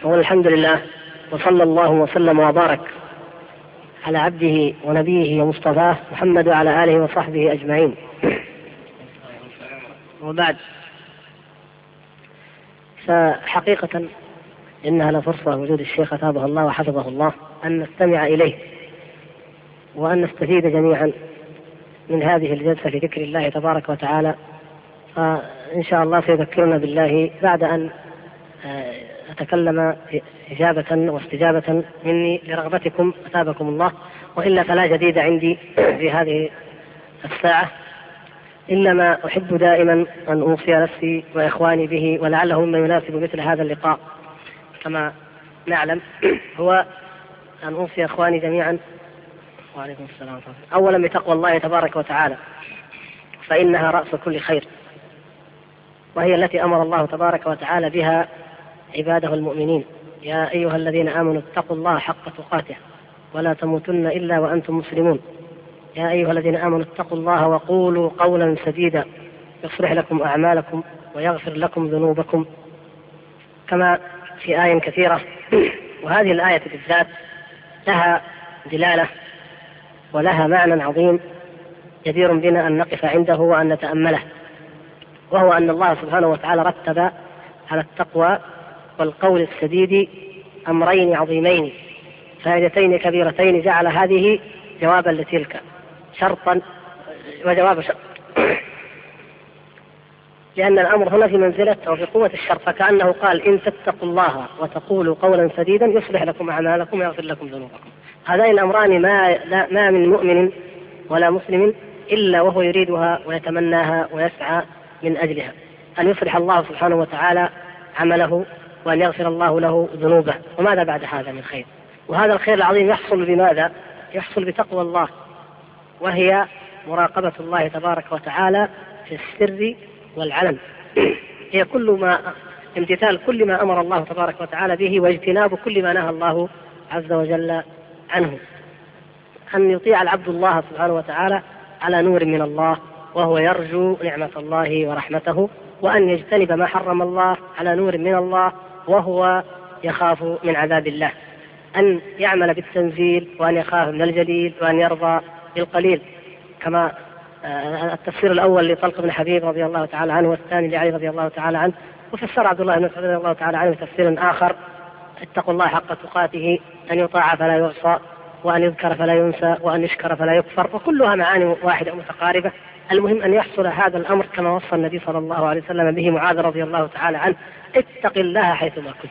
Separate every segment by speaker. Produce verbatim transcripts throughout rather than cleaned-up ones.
Speaker 1: والحمد لله، وصلى الله وسلم وبارك على عبده ونبيه ومصطفاه محمد وعلى آله وصحبه أجمعين. وبعد، فحقيقة إنها لفرصة وجود الشيخ أثابه الله وحفظه الله أن نستمع إليه وأن نستفيد جميعا من هذه الجلسة في ذكر الله تبارك وتعالى. فإن شاء الله سيذكرنا بالله بعد أن أتكلم إجابة واستجابة مني لرغبتكم أثابكم الله، وإلا فلا جديد عندي في هذه الساعة، إنما أحب دائما أن أوصي نفسي وإخواني به، ولعله مما يناسب مثل هذا اللقاء كما نعلم هو أن أوصي إخواني جميعا وعليكم السلام أولا بتقوى الله تبارك وتعالى، فإنها رأس كل خير، وهي التي أمر الله تبارك وتعالى بها عباده المؤمنين: يا أيها الذين آمنوا اتقوا الله حق تقاته ولا تموتن إلا وأنتم مسلمون. يا أيها الذين آمنوا اتقوا الله وقولوا قولا سديدا يصلح لكم أعمالكم ويغفر لكم ذنوبكم، كما في آية كثيرة. وهذه الآية بالذات لها دلالة ولها معنى عظيم جدير بنا أن نقف عنده وأن نتأمله، وهو أن الله سبحانه وتعالى رتب على التقوى والقول السديد أمرين عظيمين فائدتين كبيرتين، جعل هذه جوابا لتلك، شرطا وجواب شرط، لأن الأمر هنا في منزلة أو في قوة الشرط، فكأنه قال: إن تتقوا الله وتقولوا قولا سديدا يصلح لكم أعمالكم ويغفر لكم ذنوبكم. هذين الأمران ما, ما من مؤمن ولا مسلم إلا وهو يريدها ويتمناها ويسعى من أجلها، أن يصلح الله سبحانه وتعالى عمله وأن يغفر الله له ذنوبه، وماذا بعد هذا من خير؟ وهذا الخير العظيم يحصل بماذا؟ يحصل بتقوى الله، وهي مراقبة الله تبارك وتعالى في السر والعلن. هي كل ما امتثال كل ما أمر الله تبارك وتعالى به، واجتناب كل ما نهى الله عز وجل عنه. أن يطيع العبد الله سبحانه وتعالى على نور من الله وهو يرجو نعمة الله ورحمته، وأن يجتنب ما حرم الله على نور من الله وهو يخاف من عذاب الله، أن يعمل بالتنزيل وأن يخاف من الجليل وأن يرضى بالقليل، كما التفسير الأول لطلق بن حبيب رضي الله تعالى عنه، والثاني لعلي رضي الله تعالى عنه، وفسر عبد الله بن مسعود رضي الله تعالى عنه تفسير آخر: اتقوا الله حق تقاته، أن يطاع فلا يعصى، وأن يذكر فلا ينسى، وأن يشكر فلا يكفر، وكلها معاني واحدة متقاربة. المهم أن يحصل هذا الأمر كما وصى النبي صلى الله عليه وسلم به معاذ رضي الله تعالى عنه: اتق الله حيثما كنت.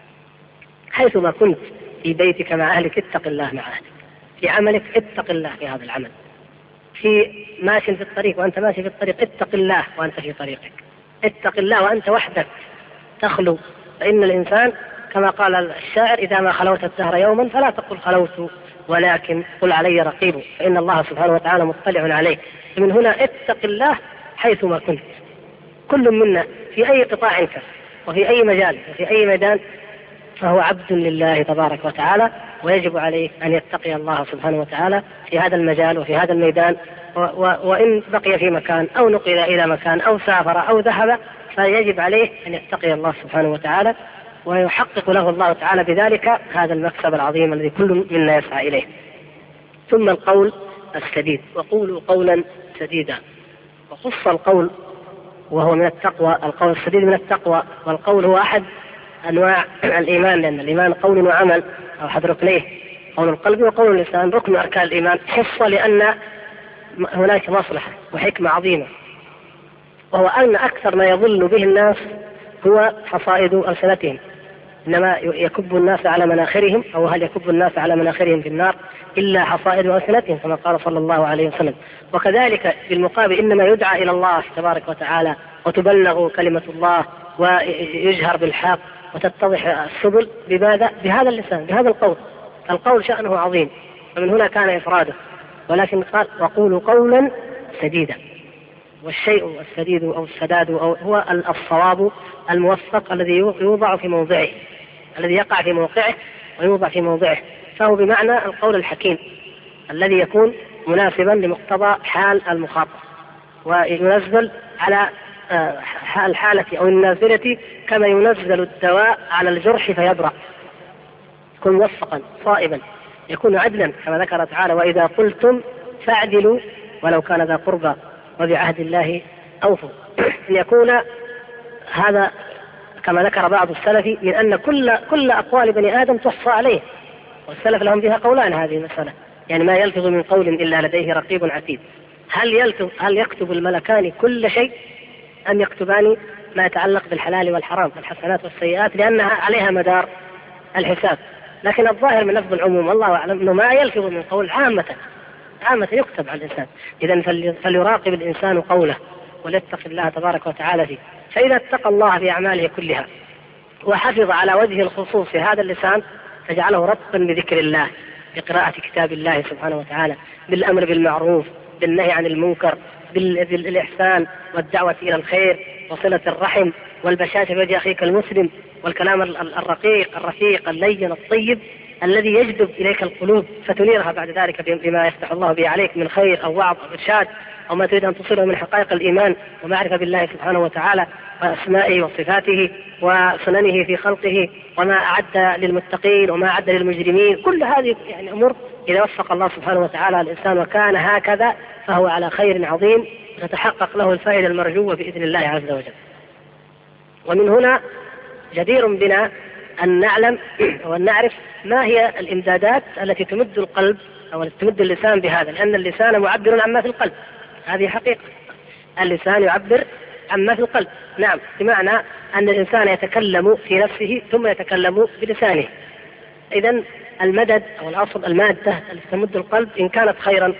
Speaker 1: حيثما كنت في بيتك مع أهلك اتق الله مع أهلك، في عملك اتق الله في هذا العمل، في ماشي في الطريق وأنت ماشي في الطريق اتق الله وأنت في طريقك، اتق الله وأنت وحدك تخلو، فإن الإنسان كما قال الشاعر: إذا ما خلوت الدهر يوما فلا تقل خلوت ولكن قل علي رقيب، فإن الله سبحانه وتعالى مطلع عليك. من هنا اتق الله حيثما كنت. كل منا في أي قطاع كان وفي أي مجال وفي أي ميدان فهو عبد لله تبارك وتعالى، ويجب عليه أن يتقي الله سبحانه وتعالى في هذا المجال وفي هذا الميدان، و و وإن بقي في مكان أو نقل إلى مكان أو سافر أو ذهب فيجب عليه أن يتقي الله سبحانه وتعالى، ويحقق له الله تعالى بذلك هذا المكسب العظيم الذي كل منا يسعى إليه. ثم القول السديد: وقولوا قولا سديدا. وخص القول وهو من التقوى، القول السديد من التقوى، والقول هو أحد أنواع الإيمان، لأن الإيمان قول وعمل أو أحد ركنيه، قول القلب وقول اللسان، ركن أركان الإيمان. خص لأن هناك مصلحة وحكمة عظيمة، وهو أن أكثر ما يضل به الناس هو حصائد ألسنتهم، إنما يكب الناس على مناخرهم، أو هل يكب الناس على مناخرهم في النار إلا حصائد ألسنتهم، كما قال صلى الله عليه وسلم. وكذلك بالمقابل إنما يدعى إلى الله تبارك وتعالى وتبلغ كلمة الله ويجهر بالحق وتتضح السبل بماذا؟ بهذا اللسان، بهذا القول. القول شأنه عظيم، ومن هنا كان إفراده، ولكن قال: وقولوا قولا سديدا. والشيء السديد أو السداد أو هو الصواب الموفق الذي يوضع في موضعه، الذي يقع في موقعه ويوضع في موضعه، فهو بمعنى القول الحكيم الذي يكون مناسبا لمقتضى حال المخاطب، وينزل على الحالة أو النازلة كما ينزل الدواء على الجرح فيبرأ، يكون موفقا صائبا، يكون عدلا كما ذكر تعالى: وإذا قلتم فاعدلوا ولو كان ذا قربى وبعهد الله أوفوا. أن يكون هذا كما ذكر بعض السلف من أن كل كل أقوال بني آدم تحصى عليه، والسلف لهم بها قولان هذه المسألة، يعني ما يلفظ من قول إلا لديه رقيب عتيد. هل يلفظ هل يكتب الملكان كل شيء أم يكتبان ما يتعلق بالحلال والحرام، الحسنات والسيئات، لأنها عليها مدار الحساب؟ لكن الظاهر من لفظ العموم والله أعلم أنه ما يلفظ من قول عامة عامة يكتب على الإنسان. إذن فليراقب الإنسان قوله وليتق الله تبارك وتعالى فيه. فإذا اتقى الله في أعماله كلها وحفظ على وجه الخصوص هذا اللسان فجعله رطبا بذكر الله، بقراءة كتاب الله سبحانه وتعالى، بالأمر بالمعروف، بالنهي عن المنكر، بالإحسان والدعوة إلى الخير وصلة الرحم والبشاشة بوجه أخيك المسلم، والكلام الرقيق الرفيق اللين الطيب الذي يجذب إليك القلوب فتنيرها بعد ذلك بما يفتح الله به عليك من خير أو وعظ أو إرشاد أو ما تريد أن تصله من حقائق الإيمان ومعرفة بالله سبحانه وتعالى وأسمائه وصفاته وسننه في خلقه وما أعد للمتقين وما أعد للمجرمين. كل هذه يعني أمور إذا وفق الله سبحانه وتعالى الإنسان وكان هكذا فهو على خير عظيم تتحقق له الفائدة المرجوة بإذن الله عز وجل. ومن هنا جدير بنا أن نعلم وأن نعرف ما هي الإمدادات التي تمد القلب أو التي تمد اللسان بهذا، لأن اللسان معبر عما في القلب، هذه حقيقة. اللسان يعبر عما في القلب، نعم، بمعنى أن الإنسان يتكلم في نفسه ثم يتكلم بلسانه. إذن المدد أو الأصل المادة التي تمد القلب إن كانت خيرا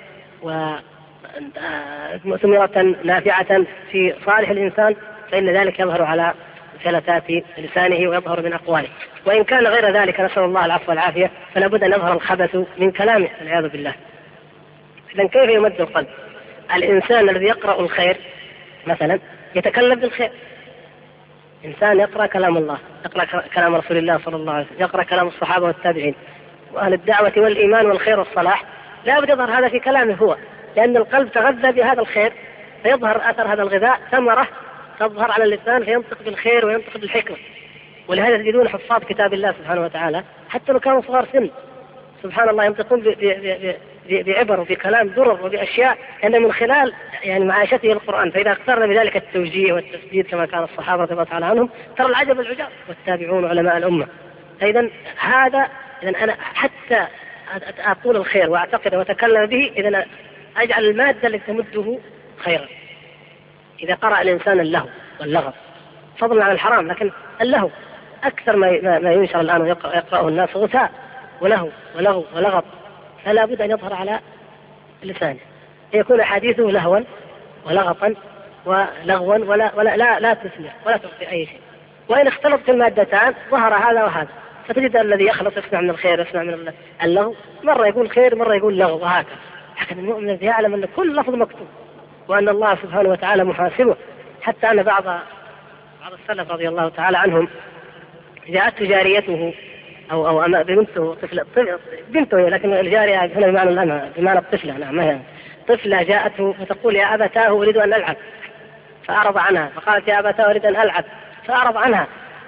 Speaker 1: ومثمرة نافعة في صالح الإنسان فإن ذلك يظهر على فلتات لسانه ويظهر من أقواله، وإن كان غير ذلك نسأل الله العفو والعافية فلا بد أن يظهر الخبث من كلامه والعياذ بالله. إذن كيف يمد القلب؟ الإنسان الذي يقرأ الخير مثلا يتكلم بالخير، إنسان يقرأ كلام الله، يقرأ كلام رسول الله صلى الله عليه وسلم، يقرأ كلام الصحابة والتابعين وأهل الدعوة والإيمان والخير والصلاح، لا بد يظهر هذا في كلامه هو، لأن القلب تغذى بهذا الخير فيظهر أثر هذا الغذاء، ثمرة تظهر على اللسان فينطق بالخير وينطق بالحكمة. ولهذا تجدون حفاظ كتاب الله سبحانه وتعالى حتى لو كانوا صغار سن سبحان الله ينطقون بعبر وبكلام درر وبأشياء أن من خلال يعني معاشته القرآن. فإذا اقترنا بذلك التوجيه والتسديد كما كان الصحابة رضي الله تعالى عنهم ترى العجب العجاب والتابعون علماء الأمة. إذن هذا إذن أنا حتى أقول الخير وأعتقد وأتكلم به إذن أجعل المادة التي تمده خيرا. إذا قرأ الإنسان اللهو واللغط فضلا عن الحرام، لكن اللهو أكثر ما ما ينشر الآن ويقرأه الناس غثاء ولهو ولغو ولغط، فلا بد أن يظهر على لسانه يكون حديثه لهوا ولغطا ولغوا ولا ولا لا لا تسمع ولا تعطي أي شيء. وإن اختلطت المادتان ظهر هذا وهذا، فتجد الذي يخلط يسمع من الخير يسمع من اللغو، مرة يقول خير مرة يقول لغو وهكذا. لكن المؤمن الذي يعلم أن كل لفظ مكتوب وأن الله سبحانه وتعالى محاسبه، حتى أن بعض بعض السلف رضي الله تعالى عنهم جاءت جاريته أو أو بنته طفلة بنته، لكن الجارية هنا بمعنى الأنا بمعنى الطفلة، نعم هي طفلة جاءته فتقول يا أبتاه أريد أن ألعب، فأعرض عنها، فقالت يا أبتاه أريد أن ألعب، فأعرض عنها.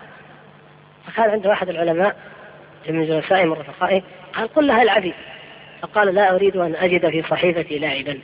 Speaker 1: فقال عنده أحد العلماء من جلسائه من رفقائه قال قل لها العبي، فقال لا أريد أن أجد في صحيفتي لاعبا.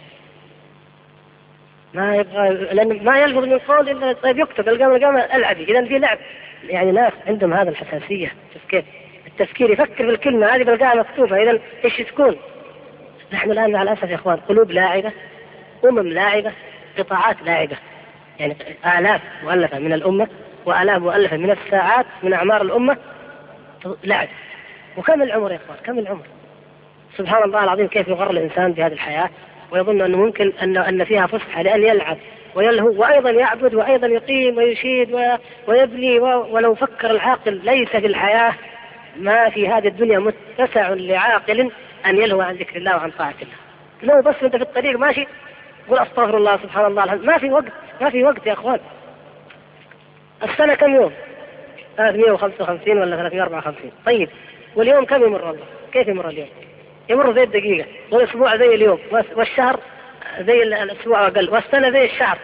Speaker 1: ما يبغى لأن ما يلفظ من قول إلا طيب يكتب القام القام العبي، إذا في لعب. يعني ناس عندهم هذا الحساسية شوف كيف التفكير يفكر بالكلمة هذه بالقاء مكتوبة، إذا إيش تكون؟ نحن الآن مع الأسف يا إخوان قلوب لاعبة، أمم لاعبة، قطاعات لاعبة، يعني آلاف مؤلفة من الأمة وآلاف مؤلفة من الساعات من أعمار الأمة لعب. وكم العمر يا إخوان كم العمر؟ سبحان الله العظيم كيف يغر الإنسان بهذه الحياة ويظن أنه ممكن أن أن فيها فسحة لأن يلعب ويلهو وأيضا يعبد وأيضا يقيم ويشيد ويبني. ولو فكر العاقل ليس في الحياة ما في هذه الدنيا متسع لعاقل أن يلهو عن ذكر الله وعن طاعة الله. لو بس أنت في الطريق ماشي قل أستغفر الله سبحان الله، ما في وقت ما في وقت يا أخوان. السنة كم يوم؟ ثلاثمائة وخمسة وخمسين ولا ثلاثمائة وأربعة وخمسين. طيب واليوم كم يمر الله؟ كيف يمر اليوم؟ يمر زي الدقيقة، والأسبوع زي اليوم، والشهر زي الأسبوع وأقل، والسنة زي الشهر.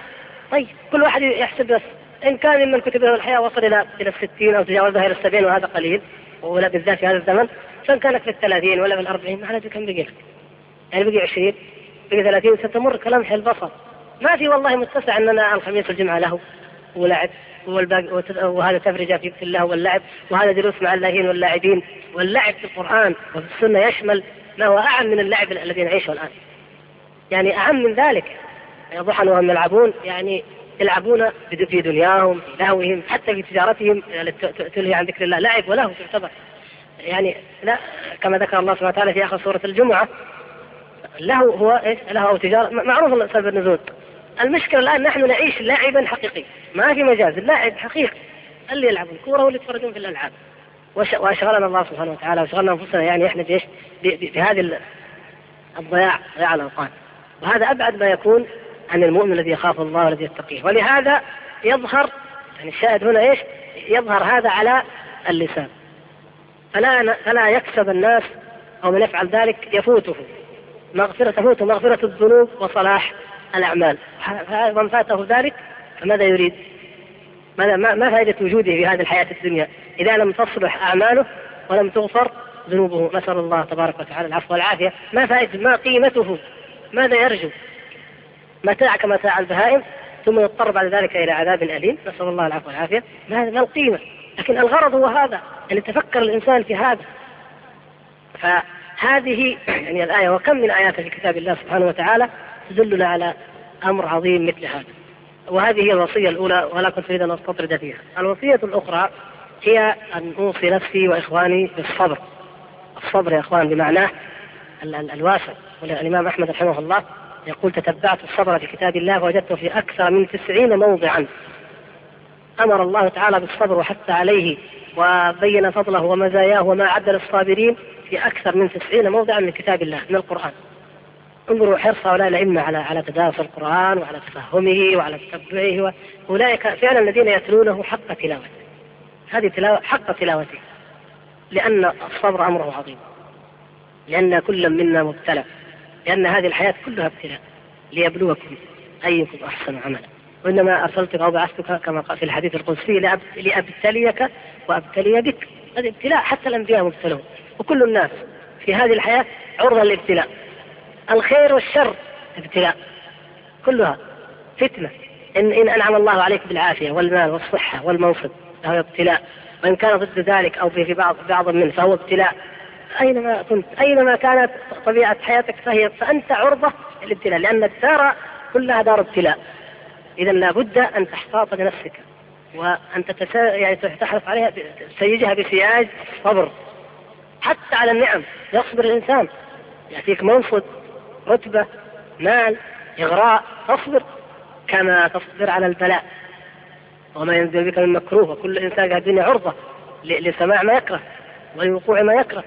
Speaker 1: طيب كل واحد يحسب بس، إن كان ممن كتب له الحياة وصل إلى إلى الستين أو تجاوزها إلى السبعين وهذا قليل، ولا بالذات في هذا الزمن، فإن كانت في الثلاثين ولا في الأربعين ما كم بقي لك؟ يعني بقي عشرين، بقي ثلاثين، ستمر كلمح البصر. ما في والله متسع أننا الخميس والجمعة له ولعب وهذا تفرجة في الله واللعب، وهذا دروس مع اللاهين واللاعبين. واللعب في القرآن وفي السنة يشمل ما هو أعم من اللعب الذي نعيشه الآن، يعني أعم من ذلك. ضحى وهم يلعبون، يعني يلعبون في دنياهم في لهوهم، حتى في تجارتهم تلهي عن ذكر الله لعب ولهو تعتبر. يعني لا، كما ذكر الله سبحانه وتعالى في آخر سورة الجمعة، اللهو هو إيش؟ لهو أو تجارة، معروف سبب النزول. المشكلة الآن نحن نعيش لاعبا حقيقي، ما في مجاز، اللاعب حقيقي اللي يلعبون الكورة واللي يتفرجون في الألعاب. وأشغلنا الله سبحانه وتعالى وشغلنا أنفسنا يعني إحنا بإيش؟ بهذه الضياع، ضياع الأوقات. وهذا أبعد ما يكون عن المؤمن الذي يخاف الله والذي يتقيه. ولهذا يظهر، يعني الشاهد هنا إيش؟ يظهر هذا على اللسان، فلا فلا يكسب الناس أو من يفعل ذلك يفوته مغفرة تفوته مغفرة الذنوب وصلاح الأعمال. من فاته ذلك فماذا يريد؟ ماذا ما فائدة وجوده في هذه الحياة الدنيا إذا لم تصلح أعماله ولم تغفر ذنوبه؟ نسأل الله تبارك وتعالى العفو والعافية. ما فائدة؟ ما قيمته؟ ماذا يرجو؟ متاع كمتاع البهائم ثم يضطر بعد ذلك إلى عذاب أليم، نسأل الله العفو والعافية. ما القيمة؟ لكن الغرض هو هذا، أن يتفكر الإنسان في هذا. فهذه يعني الآية وكم من آيات في كتاب الله سبحانه وتعالى تدلنا على أمر عظيم مثل هذا. وهذه هي الوصية الأولى، ولا كنت أريد أن أستطرد فيها. الوصية الأخرى هي أن أوصي نفسي وإخواني بالصبر. الصبر يا إخوان بمعناه الواسع. والإمام أحمد رحمه الله يقول: تتبعت الصبر في كتاب الله فوجدته في أكثر من تسعين موضعا أمر الله تعالى بالصبر وحث عليه وبين فضله ومزاياه وما عد للصابرين في أكثر من تسعين موضعا من كتاب الله من القرآن. انظروا حرص هؤلاء الأئمة على على تدارس القرآن وعلى تفهمه وعلى تتبعه، أولئك فعلا الذين يتلونه حق تلاوته، هذه تلاوة حق تلاوته، لأن الصبر أمره عظيم، لأن كل منا مبتلى، لأن هذه الحياة كلها ابتلاء ليبلوكم أيكم أحسن عملا. وإنما أرسلتك أو بعثتك كما قال في الحديث القدسي لأبتليك وأبتلي بك. هذا ابتلاء، حتى الأنبياء مبتلون، وكل الناس في هذه الحياة عرضة للابتلاء. الخير والشر ابتلاء، كلها فتنة. إن, إن أنعم الله عليك بالعافية والمال والصحة والمنصب فهو ابتلاء، وإن كان ضد ذلك أو في بعض بعض منه فهو ابتلاء. أينما كنت أينما كانت طبيعة حياتك فهي فأنت عرضة للابتلاء، لأن الدار كلها دار ابتلاء. إذا لابد أن تحتاط بنفسك وأن تتسا... يعني تحرص عليها، تسيجها بسياج صبر حتى على النعم. يصبر الإنسان، يأتيك منصب، رتبة، مال، إغراء، تصبر كما تصبر على البلاء وما ينزل بك من مكروه. وكل إنسان قاعد الدنيا عرضة لسماع ما يكره ولوقوع ما يكره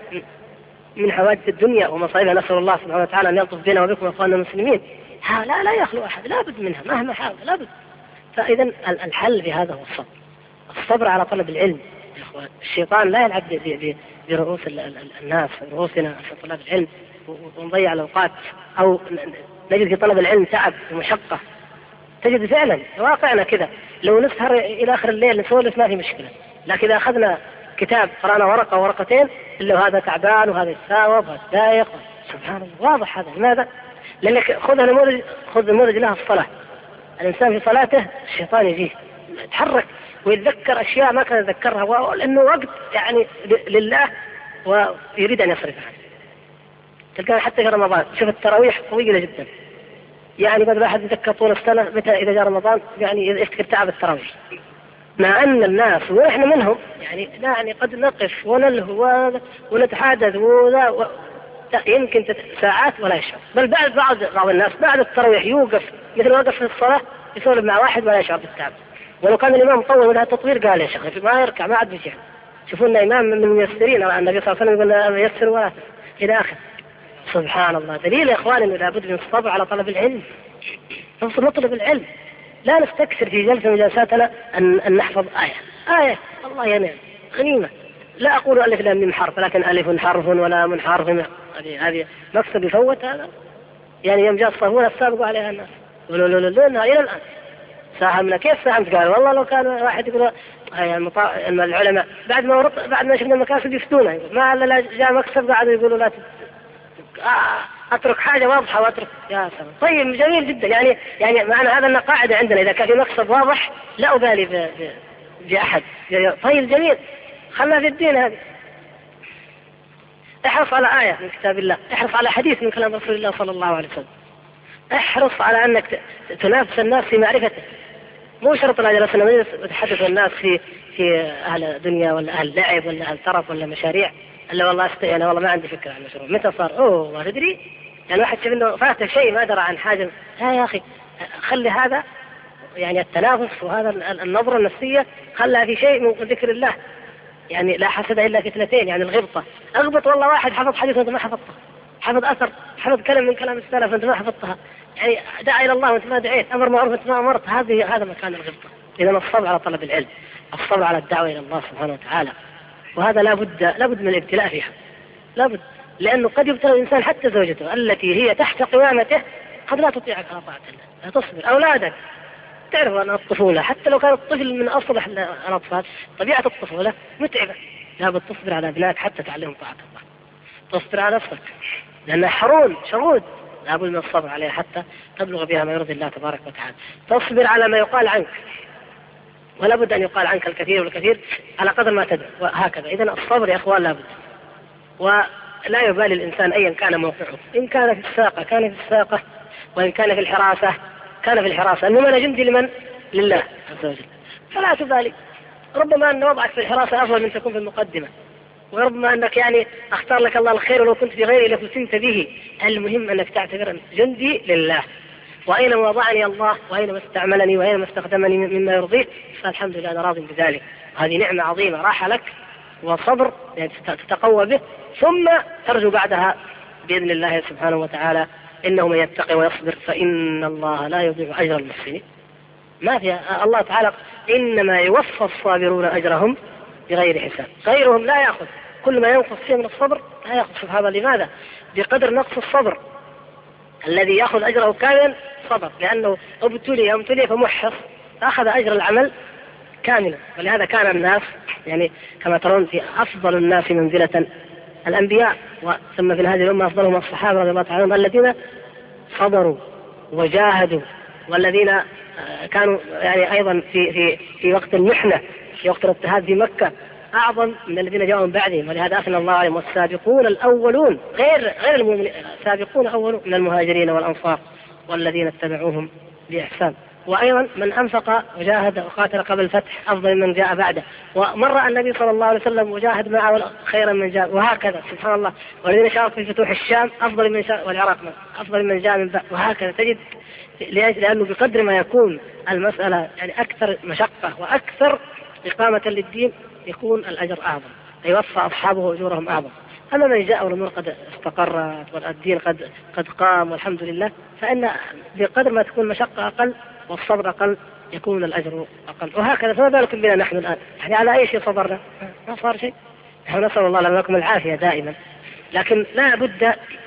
Speaker 1: من حوادث الدنيا ومصائبها. نسأل الله سبحانه وتعالى أن يلطف بنا وبكم أخواننا المسلمين. لا لا يخلو أحد، لا بد منها مهما حاول، لا بد. فإذا الحل في هذا هو الصبر، الصبر على طلب العلم يا إخوان. الشيطان لا يلعب برؤوس الناس، رؤوسنا في طلب العلم ونضيع الأوقات، أو نجد في طلب العلم تعب ومشقة. تجد فعلا واقعنا كذا، لو نسهر إلى آخر الليل نسولف ما في مشكلة، لكن إذا أخذنا كتاب قرأنا ورقة ورقتين إلا هذا تعبان وهذا يتساوب وهذا ضايق. سبحان الله، واضح هذا. لماذا؟ لأنك خذ نموذج خذ نموذج لها الصلاة. الإنسان في صلاته الشيطان يجيه يتحرك ويتذكر أشياء ما كان يتذكرها، لأنه وقت يعني لله ويريد أن يصرف عنه. تلقى حتى في رمضان شوف التراويح طويلة جدا، يعني بدل واحد يتذكر طول السنة متى إذا جاء رمضان يعني يفتكر تعب التراويح، مع أن الناس ونحن منهم يعني يعني قد نقف ونلهو ونتحادث ولا و... يمكن ساعات ولا يشعر. بل بعد بعض بعض الناس بعد التراويح يوقف مثل وقف في الصلاة يسولف مع واحد ولا يشعر بالتعب. ولو كان الإمام طول ولها تطوير قال يا شيخ ما يركع ما عاد بيشعر. شوفونا إمام من الميسرين، النبي صلى الله عليه وسلم يقول يسر ولا تسر إلى آخر. سبحان الله. دليل يا إخواني أنه لابد من الصبر على طلب العلم. نطلب العلم، لا نستكثر في جلسة من جلساتنا أن, أن نحفظ آية آية الله ينعم غنيمة. لا أقول ألف لام ميم حرف، لكن ألف حرف ولا من حرف. هذه هذه مكسب يفوت هذا، يعني يوم جاء الصهون السابق عليها الناس لا لا لا لا إلى الآن. ساهمنا. كيف ساهمت؟ قال والله لو كان واحد يقول المطا... العلماء بعد ما ورط... بعد ما شفنا المكاسب يفتونا، ما لا جاء مكسب قاعدوا يقولوا لا تت... اترك حاجه واضحه واترك. يا سلام، طيب جميل جدا. يعني يعني معنى هذا ان قاعده عندنا اذا كان في مكسب واضح لا ابالي ب... ب... باحد. طيب جميل، خلنا في الدين هذه. احرص على آية من كتاب الله، احرص على حديث من كلام رسول الله صلى الله عليه وسلم، احرص على أنك تنافس الناس في معرفته. مو شرط لا جلسنا مجلس وتحدث الناس في في أهل دنيا ولا أهل لعب ولا أهل ترف ولا مشاريع. ألا والله است... أنا والله ما عندي فكرة عن المشروع. متى صار؟ أوه ما تدري؟ يعني واحد شاف إنه فاته شيء ما درى عن حاجة. لا يا أخي، خلي هذا يعني التنافس وهذا النظرة النفسية خلها في شيء من ذكر الله. يعني لا حسد إلا في اثنتين، يعني الغبطة. أغبط والله واحد حفظ حديث وأنت ما حفظته، حفظ أثر، حفظ كلام من كلام السلف وأنت ما حفظتها، يعني دعا إلى الله وأنت ما دعيت، أمر معروف وأنت ما أمرت. هذه هذا مكان الغبطة. إذا الصبر على طلب العلم، الصبر على الدعوة إلى الله سبحانه وتعالى، وهذا لابد لابد من الابتلاء فيها، لابد. لأنه قد يبتلى الإنسان حتى زوجته التي هي تحت قوامته قد لا تطيعك على طاعة الله، لا تصبر. أولادك تعرف أن الطفولة حتى لو كان الطفل من أصلح الأطفال، طبيعة الطفولة متعبة، لابد تصبر على أبنائك حتى تعلمهم طاعة الله. تصبر على نفسك لأنها حرون شرود، لابد من الصبر عليها حتى تبلغ بها ما يرضي الله تبارك وتعالى. تصبر على ما يقال عنك، ولا بد أن يقال عنك الكثير والكثير على قدر ما تدري، وهكذا. إذن الصبر يا أخوان لابد. ولا يبالي الإنسان أيا كان موقعه، إن كان في الساقة كان في الساقة، وإن كان في الحراسة كان في الحراسة. إنما أنا جندي لمن؟ لله عز وجل. فلا تبالي، ربما أن وضعك في الحراسة أفضل من تكون في المقدمة، وربما أنك يعني اختار لك الله الخير ولو كنت في غيره لفتنت به. المهم أنك تعتبر أن جندي لله، وأينما وضعني الله وأينما استعملني وأينما استخدمني مما يرضيه فالحمد لله أنا راض بذلك. هذه نعمة عظيمة راح لك، وصبر يعني تتقوى به، ثم ترجو بعدها بإذن الله سبحانه وتعالى إنه من يتقي ويصبر فإن الله لا يضيع أجر المحسنين. ما في الله تعالى إنما يوفى الصابرون أجرهم بغير حساب. غيرهم لا يأخذ، كل ما ينقص فيه من الصبر لا يأخذ. سبحان الله، لماذا؟ بقدر نقص الصبر الذي يأخذ أجره كاملا صبر، لأنه ابتلي ابتلي فمحص أخذ أجر العمل كاملا. ولهذا كان الناس يعني كما ترون في أفضل الناس منزلة الأنبياء، وثم في هذه الأمة أفضلهم الصحابة رضي الله تعالى عنهم الذين صبروا وجاهدوا، والذين كانوا يعني أيضا في في في وقت المحنة، في وقت الاضطهاد في مكة، أعظم من الذين جاءوا من بعدهم. ولهذا أثنى الله عليهم والسابقون الأولون غير غير المؤمنين، السابقون الأولون من المهاجرين والأنصار والذين اتبعوهم بإحسان. وأيضا من أنفق وجاهد وقاتل قبل الفتح أفضل من جاء بعده، ومر النبي صلى الله عليه وسلم وجاهد معه خيرا من جاء، وهكذا سبحان الله. والذين شاركوا في فتوح الشام أفضل من شارك والعراق أفضل من جاء من بعد، وهكذا تجد. لأنه بقدر ما يكون المسألة يعني أكثر مشقة وأكثر إقامة للدين يكون الأجر أعظم، يوفى أصحابه أجورهم أعظم. أما من جاء والأمور قد استقرت والدين قد قد قام والحمد لله، فإن بقدر ما تكون مشقة أقل والصبر أقل يكون الأجر أقل. وهكذا فما بالكم بنا نحن الآن، يعني على أي شيء صبرنا؟ ما صار شيء. نحن نسأل الله لنا ولكم العافية دائما، لكن لا بد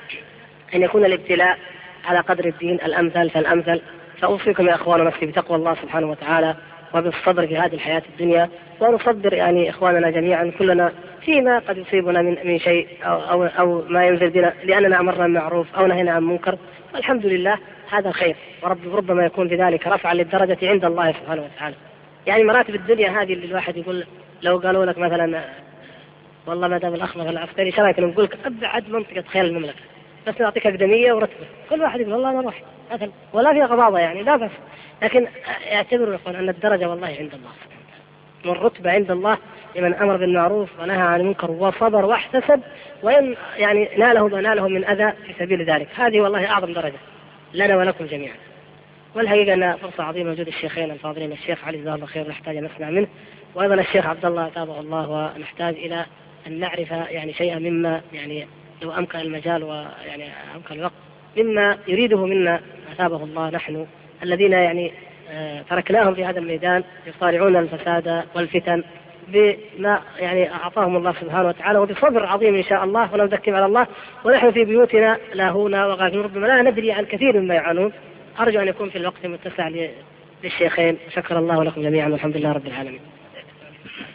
Speaker 1: أن يكون الابتلاء على قدر الدين الأمثل فالأمثل. فأوصيكم يا أخوان نفسي بتقوى الله سبحانه وتعالى وبالصبر في هذه الحياة الدنيا، ونصبر يعني إخواننا جميعا كلنا فيما قد يصيبنا من من شيء أو, أو, أو ما ينزل بنا لأننا أمرنا بالمعروف أو نهينا عن منكر، والحمد لله هذا خير، ورب ربما يكون في ذلك رفعا للدرجة عند الله سبحانه وتعالى. يعني مراتب الدنيا هذه اللي الواحد يقول لو قالوا لك مثلا والله ما دام الأخضر العسكري شرايك نقول لك أبعد منطقة خيال المملكة بس نعطيك أقدمية ورتبة، كل واحد يقول والله أنا أروح مثلا ولا فيها غضاضة يعني لا بس، لكن اعتبروا يا أخوان أن الدرجة والله عند الله والرتبة عند الله لمن أمر بالمعروف ونهى عن المنكر وصبر واحتسب، وإن يعني ناله ما ناله من أذى في سبيل ذلك. هذه والله أعظم درجة لنا ولكم جميعا. والحقيقة أن فرصة عظيمة وجود الشيخين الفاضلين، الشيخ علي جزاه الله خير نحتاج أن نسمع منه، وأيضا الشيخ عبد الله تابع الله، ونحتاج إلى أن نعرف يعني شيئا مما يعني لو أمكن المجال ويعني أمكن الوقت مما يريده منا أثابه الله نحن الذين يعني آه تركناهم في هذا الميدان يصارعون الفساد والفتن بما يعني أعطاهم الله سبحانه وتعالى وبصبر عظيم إن شاء الله، ولا نذكر على الله ونحن في بيوتنا لاهونا وغافلون ربما لا ندري عن كثير مما يعانون. أرجو أن يكون في الوقت متسع للشيخين. شكر الله لكم جميعا والحمد لله رب العالمين.